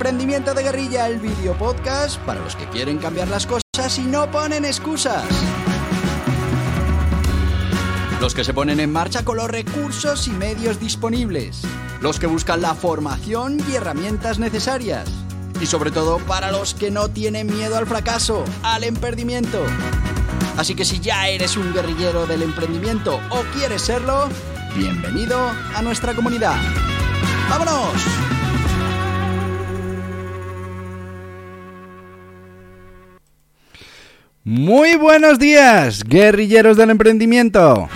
Emprendimiento de Guerrilla, el video podcast para los que quieren cambiar las cosas y no ponen excusas. Los que se ponen en marcha con los recursos y medios disponibles. Los que buscan la formación y herramientas necesarias. Y sobre todo para los que no tienen miedo al fracaso, al emprendimiento. Así que si ya eres un guerrillero del emprendimiento o quieres serlo, bienvenido a nuestra comunidad. ¡Vámonos! Muy buenos días, guerrilleros del emprendimiento.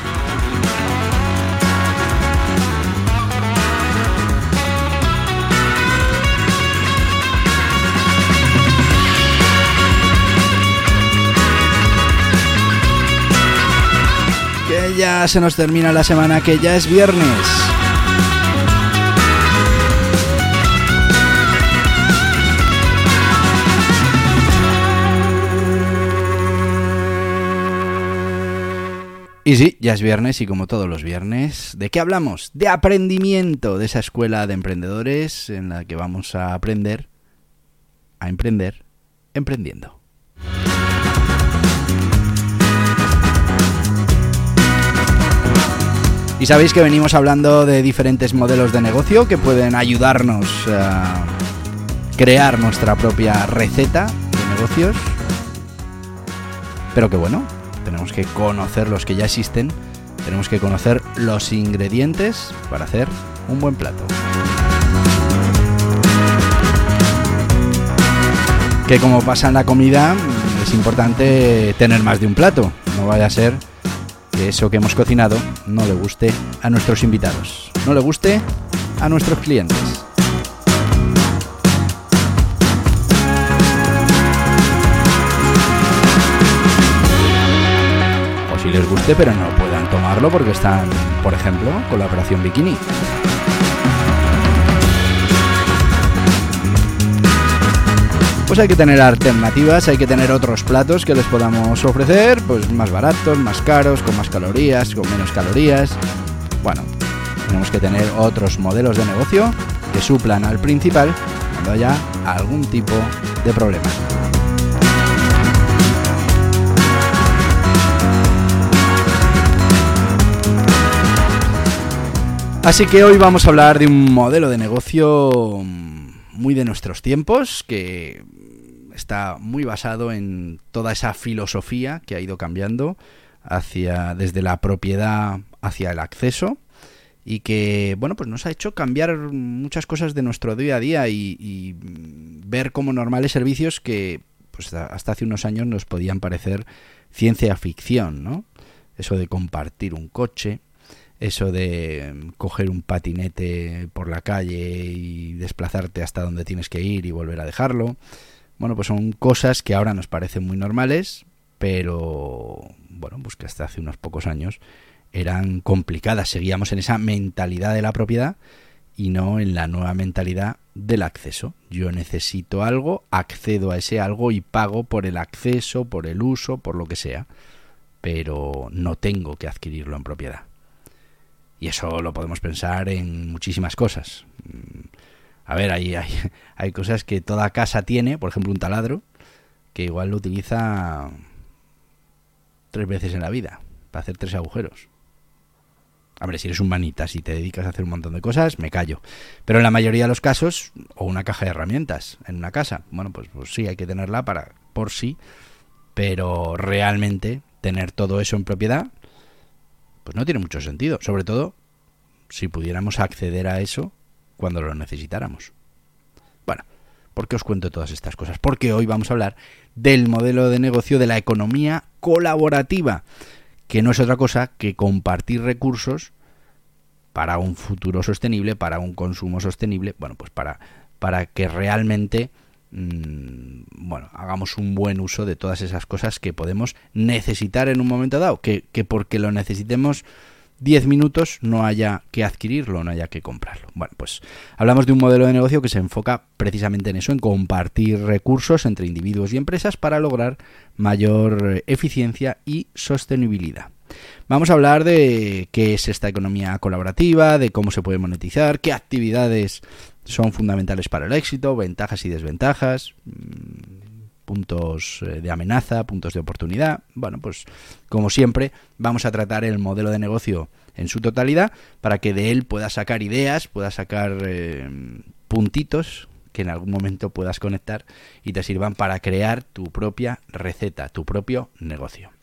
Que ya se nos termina la semana, que ya es viernes. Y sí, ya es viernes y como todos los viernes, ¿de qué hablamos? De aprendimiento, de esa escuela de emprendedores en la que vamos a aprender a emprender emprendiendo. Y sabéis que venimos hablando de diferentes modelos de negocio que pueden ayudarnos a crear nuestra propia receta de negocios. Pero que bueno, tenemos que conocer los que ya existen, tenemos que conocer los ingredientes para hacer un buen plato. Que como pasa en la comida, es importante tener más de un plato, no vaya a ser que eso que hemos cocinado no le guste a nuestros invitados, no le guste a nuestros clientes. O si les guste pero no puedan tomarlo porque están, por ejemplo, con la operación bikini. Pues hay que tener alternativas, hay que tener otros platos que les podamos ofrecer, pues más baratos, más caros, con más calorías, con menos calorías. Bueno, tenemos que tener otros modelos de negocio que suplan al principal cuando haya algún tipo de problema. Así que hoy vamos a hablar de un modelo de negocio muy de nuestros tiempos, que está muy basado en toda esa filosofía que ha ido cambiando desde la propiedad hacia el acceso y que, bueno, pues nos ha hecho cambiar muchas cosas de nuestro día a día y ver como normales servicios que pues hasta hace unos años nos podían parecer ciencia ficción, ¿no? Eso de compartir un coche, eso de coger un patinete por la calle y desplazarte hasta donde tienes que ir y volver a dejarlo. Bueno, pues son cosas que ahora nos parecen muy normales, pero bueno, pues que hasta hace unos pocos años eran complicadas. Seguíamos en esa mentalidad de la propiedad y no en la nueva mentalidad del acceso. Yo necesito algo, accedo a ese algo y pago por el acceso, por el uso, por lo que sea, pero no tengo que adquirirlo en propiedad. Y eso lo podemos pensar en muchísimas cosas. A ver, hay cosas que toda casa tiene, por ejemplo un taladro, que igual lo utiliza 3 veces en la vida, para hacer 3 agujeros. Hombre, si eres un manitas y te dedicas a hacer un montón de cosas, me callo. Pero en la mayoría de los casos, o una caja de herramientas en una casa, bueno, pues sí, hay que tenerla por sí, pero realmente tener todo eso en propiedad pues no tiene mucho sentido, sobre todo si pudiéramos acceder a eso cuando lo necesitáramos. Bueno, ¿por qué os cuento todas estas cosas? Porque hoy vamos a hablar del modelo de negocio de la economía colaborativa, que no es otra cosa que compartir recursos para un futuro sostenible, para un consumo sostenible, bueno, pues para que realmente hagamos un buen uso de todas esas cosas que podemos necesitar en un momento dado, que porque lo necesitemos 10 minutos no haya que adquirirlo, no haya que comprarlo. Bueno, pues hablamos de un modelo de negocio que se enfoca precisamente en eso, en compartir recursos entre individuos y empresas para lograr mayor eficiencia y sostenibilidad. Vamos a hablar de qué es esta economía colaborativa, de cómo se puede monetizar, qué actividades son fundamentales para el éxito, ventajas y desventajas, puntos de amenaza, puntos de oportunidad. Bueno, pues como siempre vamos a tratar el modelo de negocio en su totalidad para que de él puedas sacar ideas, puedas sacar puntitos que en algún momento puedas conectar y te sirvan para crear tu propia receta, tu propio negocio.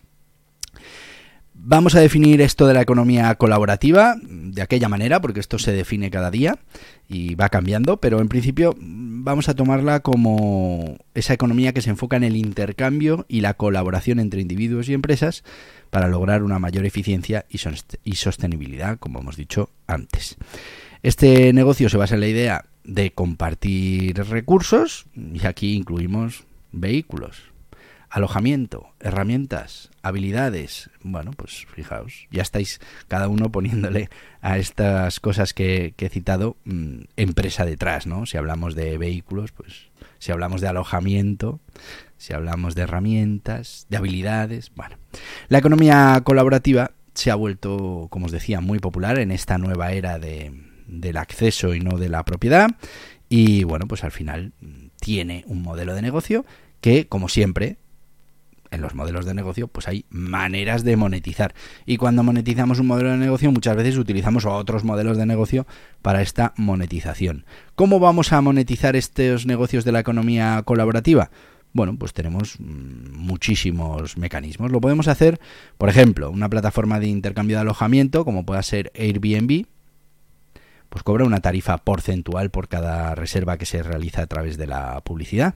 Vamos a definir esto de la economía colaborativa de aquella manera, porque esto se define cada día y va cambiando, pero en principio vamos a tomarla como esa economía que se enfoca en el intercambio y la colaboración entre individuos y empresas para lograr una mayor eficiencia y sostenibilidad, como hemos dicho antes. Este negocio se basa en la idea de compartir recursos, y aquí incluimos vehículos, alojamiento, herramientas, habilidades. Bueno, pues fijaos, ya estáis cada uno poniéndole a estas cosas que he citado empresa detrás, ¿no? Si hablamos de vehículos, pues si hablamos de alojamiento, si hablamos de herramientas, de habilidades. Bueno, la economía colaborativa se ha vuelto, como os decía, muy popular en esta nueva era del acceso y no de la propiedad, y bueno, pues al final tiene un modelo de negocio que, como siempre, en los modelos de negocio, pues hay maneras de monetizar. Y cuando monetizamos un modelo de negocio, muchas veces utilizamos otros modelos de negocio para esta monetización. ¿Cómo vamos a monetizar estos negocios de la economía colaborativa? Bueno, pues tenemos muchísimos mecanismos. Lo podemos hacer, por ejemplo, una plataforma de intercambio de alojamiento, como pueda ser Airbnb, pues cobra una tarifa porcentual por cada reserva que se realiza a través de la publicidad.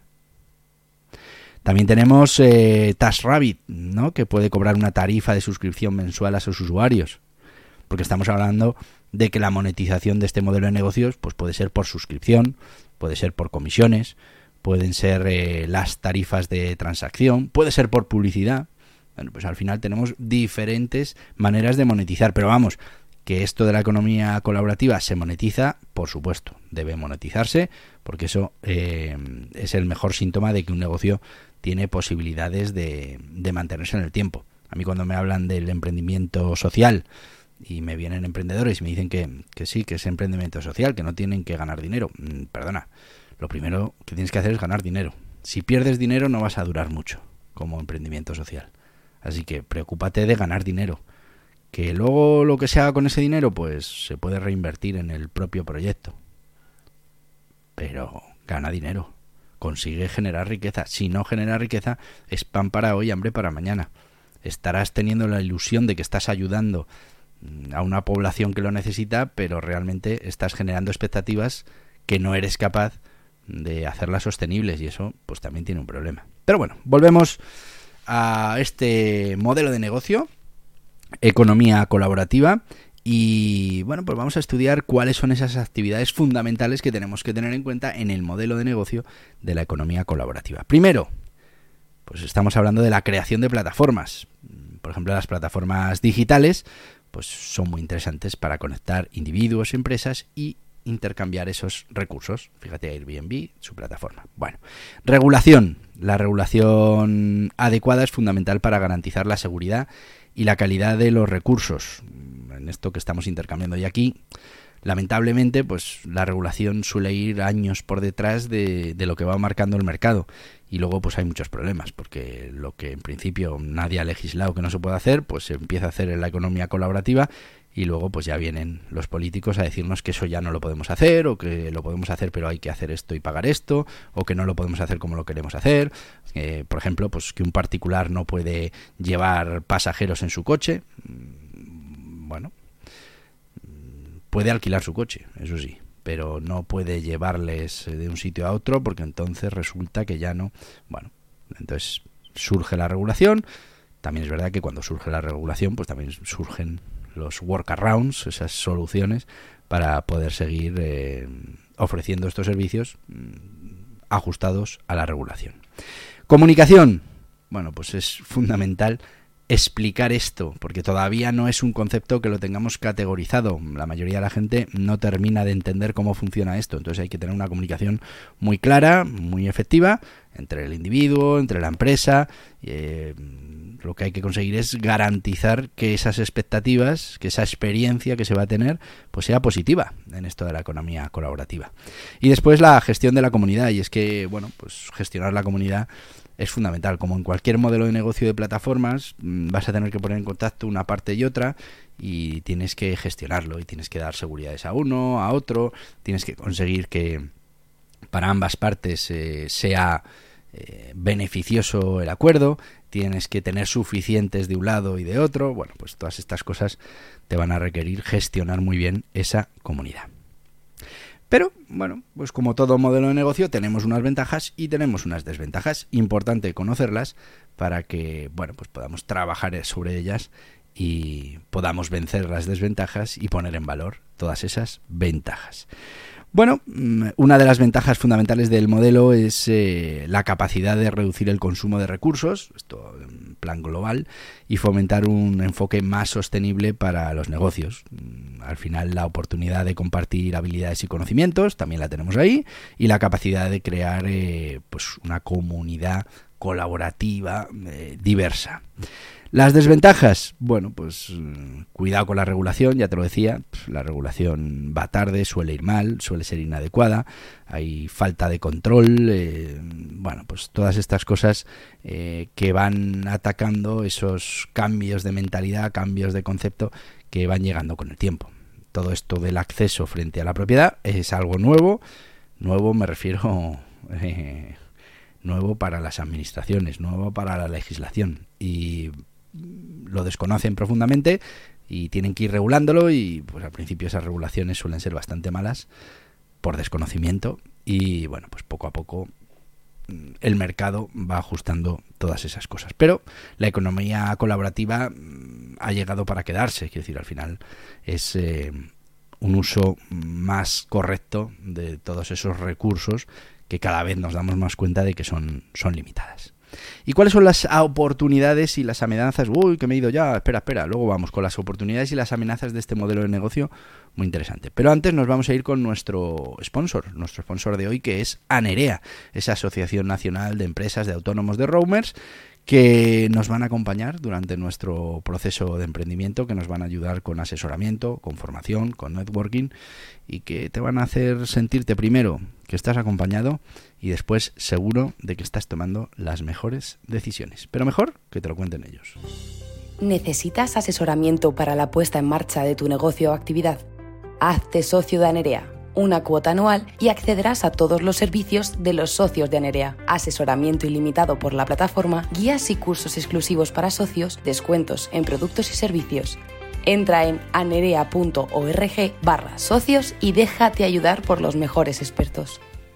También tenemos TaskRabbit, ¿no?, que puede cobrar una tarifa de suscripción mensual a sus usuarios, porque estamos hablando de que la monetización de este modelo de negocios pues puede ser por suscripción, puede ser por comisiones, pueden ser las tarifas de transacción, puede ser por publicidad. Bueno, pues al final tenemos diferentes maneras de monetizar, pero vamos, que esto de la economía colaborativa se monetiza, por supuesto, debe monetizarse, porque eso es el mejor síntoma de que un negocio tiene posibilidades de mantenerse en el tiempo. A mí cuando me hablan del emprendimiento social y me vienen emprendedores y me dicen que sí, que es emprendimiento social, que no tienen que ganar dinero, perdona, lo primero que tienes que hacer es ganar dinero. Si pierdes dinero no vas a durar mucho como emprendimiento social. Así que preocúpate de ganar dinero. Que luego lo que se haga con ese dinero pues se puede reinvertir en el propio proyecto. Pero gana dinero. Consigue generar riqueza. Si no genera riqueza, es pan para hoy, hambre para mañana. Estarás teniendo la ilusión de que estás ayudando a una población que lo necesita, pero realmente estás generando expectativas que no eres capaz de hacerlas sostenibles, y eso pues también tiene un problema. Pero bueno, volvemos a este modelo de negocio, economía colaborativa. Y bueno, pues vamos a estudiar cuáles son esas actividades fundamentales que tenemos que tener en cuenta en el modelo de negocio de la economía colaborativa. Primero, pues estamos hablando de la creación de plataformas. Por ejemplo, las plataformas digitales pues son muy interesantes para conectar individuos y empresas y intercambiar esos recursos. Fíjate, Airbnb, su plataforma. Bueno, regulación. La regulación adecuada es fundamental para garantizar la seguridad y la calidad de los recursos en esto que estamos intercambiando. Y aquí, lamentablemente, pues la regulación suele ir años por detrás de lo que va marcando el mercado. Y luego pues hay muchos problemas, porque lo que en principio nadie ha legislado que no se puede hacer, pues se empieza a hacer en la economía colaborativa, y luego pues ya vienen los políticos a decirnos que eso ya no lo podemos hacer, o que lo podemos hacer pero hay que hacer esto y pagar esto, o que no lo podemos hacer como lo queremos hacer. Por ejemplo, pues que un particular no puede llevar pasajeros en su coche. Bueno, puede alquilar su coche, eso sí, pero no puede llevarles de un sitio a otro, porque entonces resulta que ya no. Bueno, entonces surge la regulación. También es verdad que cuando surge la regulación, pues también surgen los workarounds, esas soluciones para poder seguir ofreciendo estos servicios ajustados a la regulación. Comunicación. Bueno, pues es fundamental explicar esto, porque todavía no es un concepto que lo tengamos categorizado. La mayoría de la gente no termina de entender cómo funciona esto, entonces hay que tener una comunicación muy clara, muy efectiva, entre el individuo, entre la empresa. Lo que hay que conseguir es garantizar que esas expectativas, que esa experiencia que se va a tener, pues sea positiva en esto de la economía colaborativa. Y después la gestión de la comunidad, y es que, bueno, pues gestionar la comunidad es fundamental. Como en cualquier modelo de negocio de plataformas, vas a tener que poner en contacto una parte y otra, y tienes que gestionarlo, y tienes que dar seguridades a uno, a otro, tienes que conseguir que para ambas partes sea beneficioso el acuerdo, tienes que tener suficientes de un lado y de otro. Bueno, pues todas estas cosas te van a requerir gestionar muy bien esa comunidad. Pero, bueno, pues como todo modelo de negocio tenemos unas ventajas y tenemos unas desventajas. Importante conocerlas para que, bueno, pues podamos trabajar sobre ellas y podamos vencer las desventajas y poner en valor todas esas ventajas. Bueno, una de las ventajas fundamentales del modelo es la capacidad de reducir el consumo de recursos, esto en plan global, y fomentar un enfoque más sostenible para los negocios. Al final, la oportunidad de compartir habilidades y conocimientos también la tenemos ahí, y la capacidad de crear pues una comunidad colaborativa diversa. Las desventajas, bueno, pues cuidado con la regulación, ya te lo decía, la regulación va tarde, suele ir mal, suele ser inadecuada, hay falta de control, bueno, pues todas estas cosas que van atacando esos cambios de mentalidad, cambios de concepto que van llegando con el tiempo. Todo esto del acceso frente a la propiedad es algo nuevo me refiero nuevo para las administraciones, nuevo para la legislación, y lo desconocen profundamente y tienen que ir regulándolo, y pues al principio esas regulaciones suelen ser bastante malas por desconocimiento, y bueno, pues poco a poco el mercado va ajustando todas esas cosas. Pero la economía colaborativa ha llegado para quedarse, quiero decir, al final es un uso más correcto de todos esos recursos que cada vez nos damos más cuenta de que son limitadas. ¿Y cuáles son las oportunidades y las amenazas? Uy, que me he ido ya, espera, luego vamos con las oportunidades y las amenazas de este modelo de negocio, muy interesante. Pero antes nos vamos a ir con nuestro sponsor de hoy, que es Anerea, esa Asociación Nacional de Empresas de Autónomos de Roamers, que nos van a acompañar durante nuestro proceso de emprendimiento, que nos van a ayudar con asesoramiento, con formación, con networking, y que te van a hacer sentirte primero que estás acompañado y después seguro de que estás tomando las mejores decisiones. Pero mejor que te lo cuenten ellos. ¿Necesitas asesoramiento para la puesta en marcha de tu negocio o actividad? Hazte socio de Anerea, una cuota anual, y accederás a todos los servicios de los socios de Anerea. Asesoramiento ilimitado por la plataforma, guías y cursos exclusivos para socios, descuentos en productos y servicios. Entra en anerea.org/socios y déjate ayudar por los mejores expertos.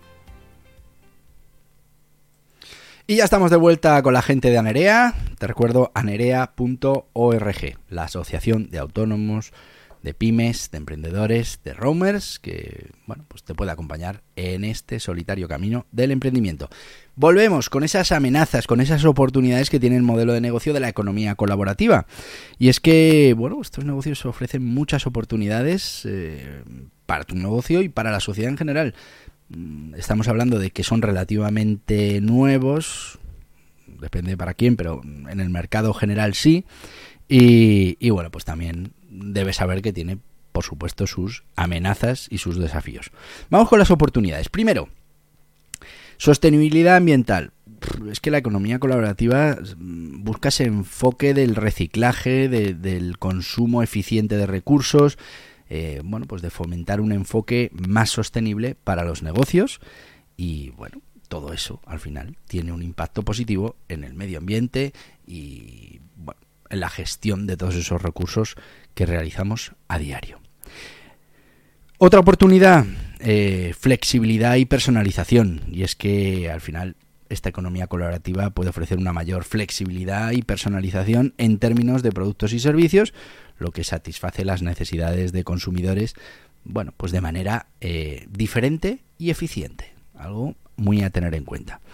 Y ya estamos de vuelta con la gente de Anerea. Te recuerdo, anerea.org, la Asociación de Autónomos, de pymes, de emprendedores, de roamers, que bueno, pues te puede acompañar en este solitario camino del emprendimiento. Volvemos con esas amenazas, con esas oportunidades que tiene el modelo de negocio de la economía colaborativa. Y es que, bueno, estos negocios ofrecen muchas oportunidades para tu negocio y para la sociedad en general. Estamos hablando de que son relativamente nuevos, depende para quién, pero en el mercado general sí. Y bueno, pues también debes saber que tiene, por supuesto, sus amenazas y sus desafíos. Vamos con las oportunidades. Primero, sostenibilidad ambiental. Es que la economía colaborativa busca ese enfoque del reciclaje, del consumo eficiente de recursos, bueno, pues de fomentar un enfoque más sostenible para los negocios, y bueno, todo eso al final tiene un impacto positivo en el medio ambiente y bueno, en la gestión de todos esos recursos que realizamos a diario. Otra oportunidad, flexibilidad y personalización, y es que al final esta economía colaborativa puede ofrecer una mayor flexibilidad y personalización en términos de productos y servicios, lo que satisface las necesidades de consumidores, bueno, pues de manera diferente y eficiente, algo muy a tener en cuenta.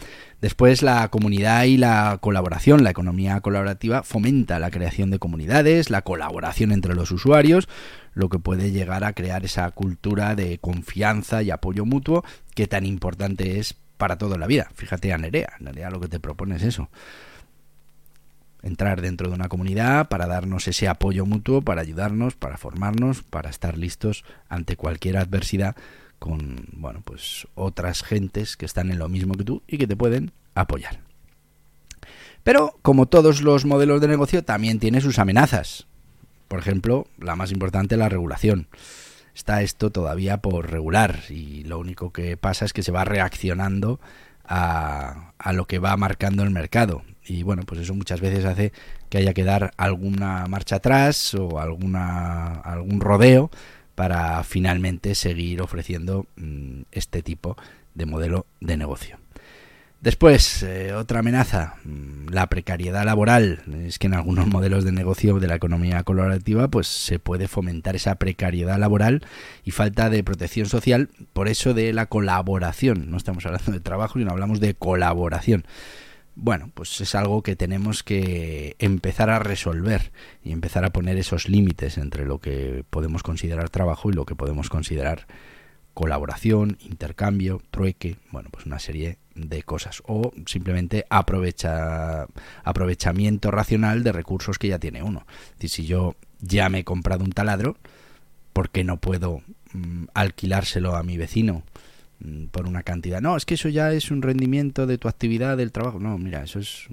Después, la comunidad y la colaboración. La economía colaborativa fomenta la creación de comunidades, la colaboración entre los usuarios, lo que puede llegar a crear esa cultura de confianza y apoyo mutuo que tan importante es para toda la vida. Fíjate a Nerea lo que te propone es eso. Entrar dentro de una comunidad para darnos ese apoyo mutuo, para ayudarnos, para formarnos, para estar listos ante cualquier adversidad con, bueno, pues otras gentes que están en lo mismo que tú y que te pueden apoyar. Pero, como todos los modelos de negocio, también tiene sus amenazas. Por ejemplo, la más importante, la regulación. Está esto todavía por regular y lo único que pasa es que se va reaccionando a lo que va marcando el mercado. Y bueno, pues eso muchas veces hace que haya que dar alguna marcha atrás o algún rodeo para finalmente seguir ofreciendo este tipo de modelo de negocio. Después, otra amenaza, la precariedad laboral. Es que en algunos modelos de negocio de la economía colaborativa pues se puede fomentar esa precariedad laboral y falta de protección social, por eso de la colaboración. No estamos hablando de trabajo, sino hablamos de colaboración. Bueno, pues es algo que tenemos que empezar a resolver y empezar a poner esos límites entre lo que podemos considerar trabajo y lo que podemos considerar colaboración, intercambio, trueque, bueno, pues una serie de cosas. O simplemente aprovechamiento racional de recursos que ya tiene uno. Es decir, si yo ya me he comprado un taladro, ¿por qué no puedo alquilárselo a mi vecino por una cantidad? No, es que eso ya es un rendimiento de tu actividad, del trabajo. No, mira, eso es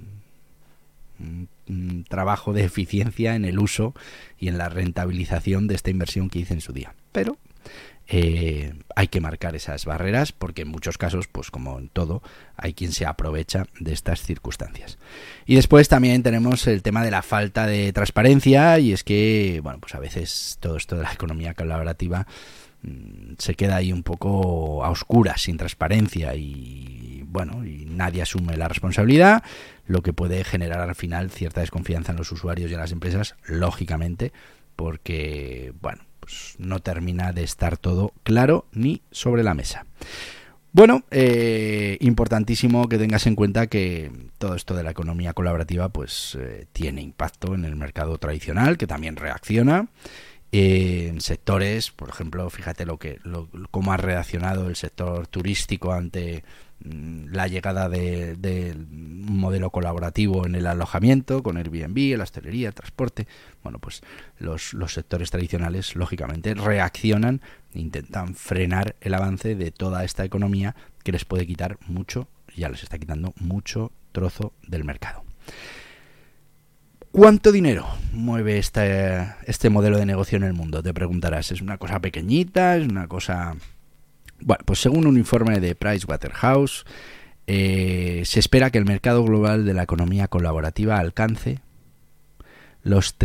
un trabajo de eficiencia en el uso y en la rentabilización de esta inversión que hice en su día. Pero hay que marcar esas barreras porque en muchos casos, pues como en todo, hay quien se aprovecha de estas circunstancias. Y después también tenemos el tema de la falta de transparencia, y es que, bueno, pues a veces todo esto de la economía colaborativa se queda ahí un poco a oscuras, sin transparencia, y bueno, y nadie asume la responsabilidad, lo que puede generar al final cierta desconfianza en los usuarios y en las empresas, lógicamente, porque, bueno, pues no termina de estar todo claro ni sobre la mesa. Bueno, importantísimo que tengas en cuenta que todo esto de la economía colaborativa pues tiene impacto en el mercado tradicional, que también reacciona. En sectores, por ejemplo, fíjate cómo ha reaccionado el sector turístico ante la llegada de un modelo colaborativo en el alojamiento, con Airbnb, la hostelería, el transporte. Bueno, pues los sectores tradicionales, lógicamente, reaccionan e intentan frenar el avance de toda esta economía que les puede quitar mucho, ya les está quitando mucho trozo del mercado. ¿Cuánto dinero mueve este modelo de negocio en el mundo? Te preguntarás. ¿Es una cosa pequeñita? ¿Es una cosa...? Bueno, pues según un informe de Pricewaterhouse, se espera que el mercado global de la economía colaborativa alcance los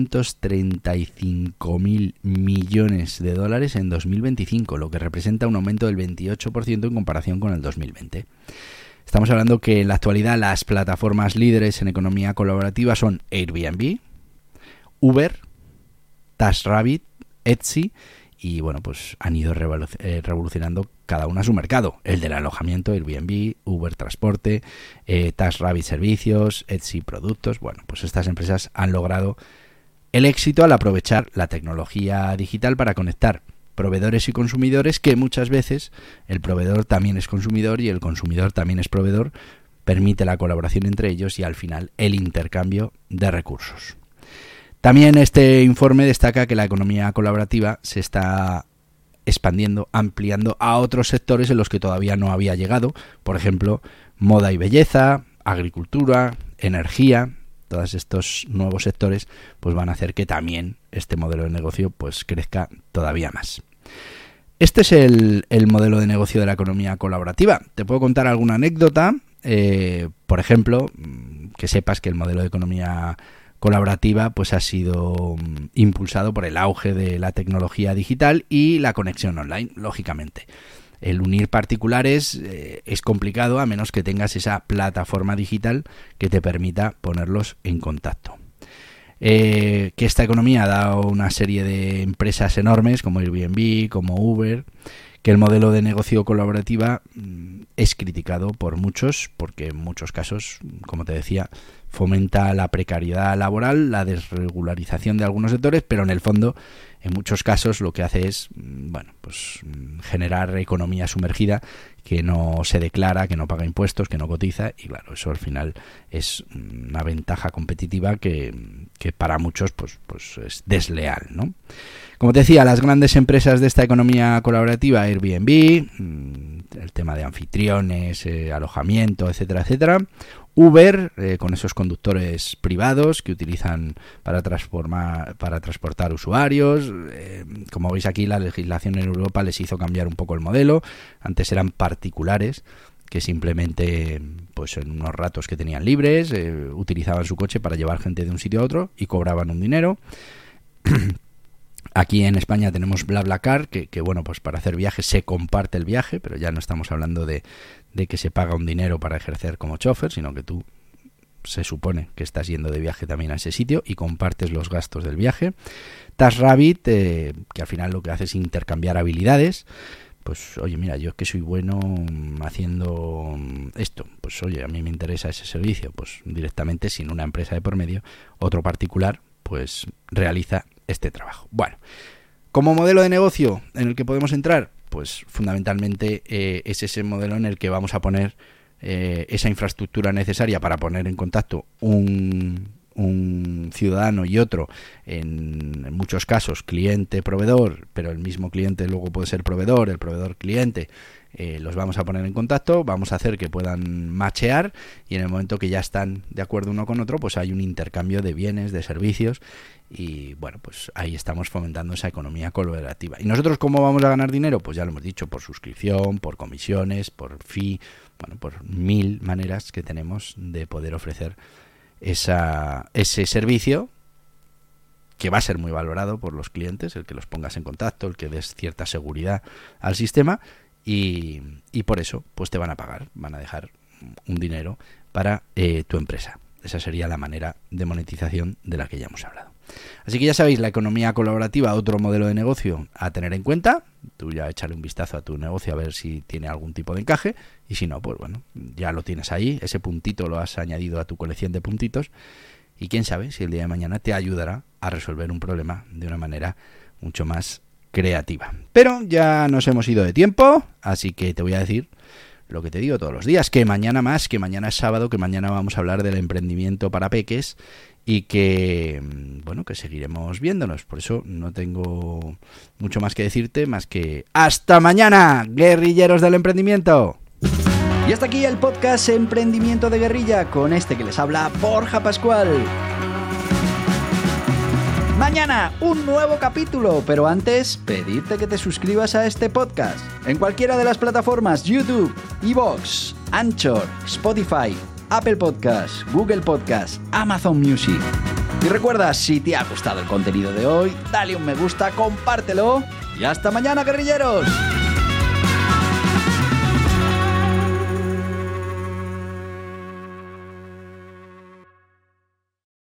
335.000 millones de dólares en 2025, lo que representa un aumento del 28% en comparación con el 2020. Estamos hablando que en la actualidad las plataformas líderes en economía colaborativa son Airbnb, Uber, TaskRabbit, Etsy, y bueno, pues han ido revolucionando cada una su mercado. El del alojamiento, Airbnb, Uber transporte, TaskRabbit servicios, Etsy productos. Bueno, pues estas empresas han logrado el éxito al aprovechar la tecnología digital para conectar proveedores y consumidores, que muchas veces el proveedor también es consumidor y el consumidor también es proveedor. Permite la colaboración entre ellos y al final el intercambio de recursos. También este informe destaca que la economía colaborativa se está expandiendo, ampliando a otros sectores en los que todavía no había llegado. Por ejemplo, moda y belleza, agricultura, energía. Todos estos nuevos sectores pues van a hacer que también este modelo de negocio pues crezca todavía más. Este es el modelo de negocio de la economía colaborativa. Te puedo contar alguna anécdota. Por ejemplo, que sepas que el modelo de economía colaborativa pues ha sido impulsado por el auge de la tecnología digital y la conexión online, lógicamente. El unir particulares es complicado a menos que tengas esa plataforma digital que te permita ponerlos en contacto. Que esta economía ha dado una serie de empresas enormes como Airbnb, como Uber, que el modelo de negocio colaborativa es criticado por muchos, porque en muchos casos, como te decía, fomenta la precariedad laboral, la desregularización de algunos sectores, pero en el fondo, en muchos casos, lo que hace es, generar economía sumergida que no se declara, que no paga impuestos, que no cotiza, y claro, eso al final es una ventaja competitiva que para muchos pues es desleal, ¿no? Como te decía, las grandes empresas de esta economía colaborativa, Airbnb, el tema de anfitriones, alojamiento, etcétera, etcétera. Uber, con esos conductores privados que utilizan para transportar usuarios. Como veis aquí, la legislación en Europa les hizo cambiar un poco el modelo. Antes eran particulares que simplemente, pues en unos ratos que tenían libres, utilizaban su coche para llevar gente de un sitio a otro y cobraban un dinero. Aquí en España tenemos BlaBlaCar, que pues para hacer viajes se comparte el viaje, pero ya no estamos hablando de que se paga un dinero para ejercer como chofer, sino que tú se supone que estás yendo de viaje también a ese sitio y compartes los gastos del viaje. TaskRabbit, que al final lo que hace es intercambiar habilidades. Pues oye, mira, yo que soy bueno haciendo esto, pues oye, a mí me interesa ese servicio, pues directamente, sin una empresa de por medio, otro particular pues realiza este trabajo. Bueno, como modelo de negocio en el que podemos entrar, pues fundamentalmente es ese modelo en el que vamos a poner esa infraestructura necesaria para poner en contacto un ciudadano y otro, en muchos casos cliente-proveedor, pero el mismo cliente luego puede ser proveedor, el proveedor-cliente. Los vamos a poner en contacto, vamos a hacer que puedan matchear, y en el momento que ya están de acuerdo uno con otro, pues hay un intercambio de bienes, de servicios, y bueno, pues ahí estamos fomentando esa economía colaborativa. ¿Y nosotros cómo vamos a ganar dinero? Pues ya lo hemos dicho, por suscripción, por comisiones, por fee, por 1000 maneras que tenemos de poder ofrecer ese servicio, que va a ser muy valorado por los clientes, el que los pongas en contacto, el que des cierta seguridad al sistema, y por eso pues te van a pagar, van a dejar un dinero para tu empresa. Esa sería la manera de monetización de la que ya hemos hablado. Así que ya sabéis, la economía colaborativa, otro modelo de negocio a tener en cuenta. Tú ya échale un vistazo a tu negocio a ver si tiene algún tipo de encaje, y si no, pues bueno, ya lo tienes ahí, ese puntito lo has añadido a tu colección de puntitos, y quién sabe si el día de mañana te ayudará a resolver un problema de una manera mucho más creativa. Pero ya nos hemos ido de tiempo, así que te voy a decir lo que te digo todos los días, que mañana más, que mañana es sábado, que mañana vamos a hablar del emprendimiento para peques, y que, bueno, que seguiremos viéndonos. Por eso no tengo mucho más que decirte, más que ¡hasta mañana, guerrilleros del emprendimiento! Y hasta aquí el podcast Emprendimiento de Guerrilla, con este que les habla Borja Pascual. Mañana un nuevo capítulo, pero antes pedirte que te suscribas a este podcast en cualquiera de las plataformas: YouTube, iVoox, Anchor, Spotify, Apple Podcasts, Google Podcasts, Amazon Music. Y recuerda, si te ha gustado el contenido de hoy, dale un me gusta, compártelo, y hasta mañana, guerrilleros.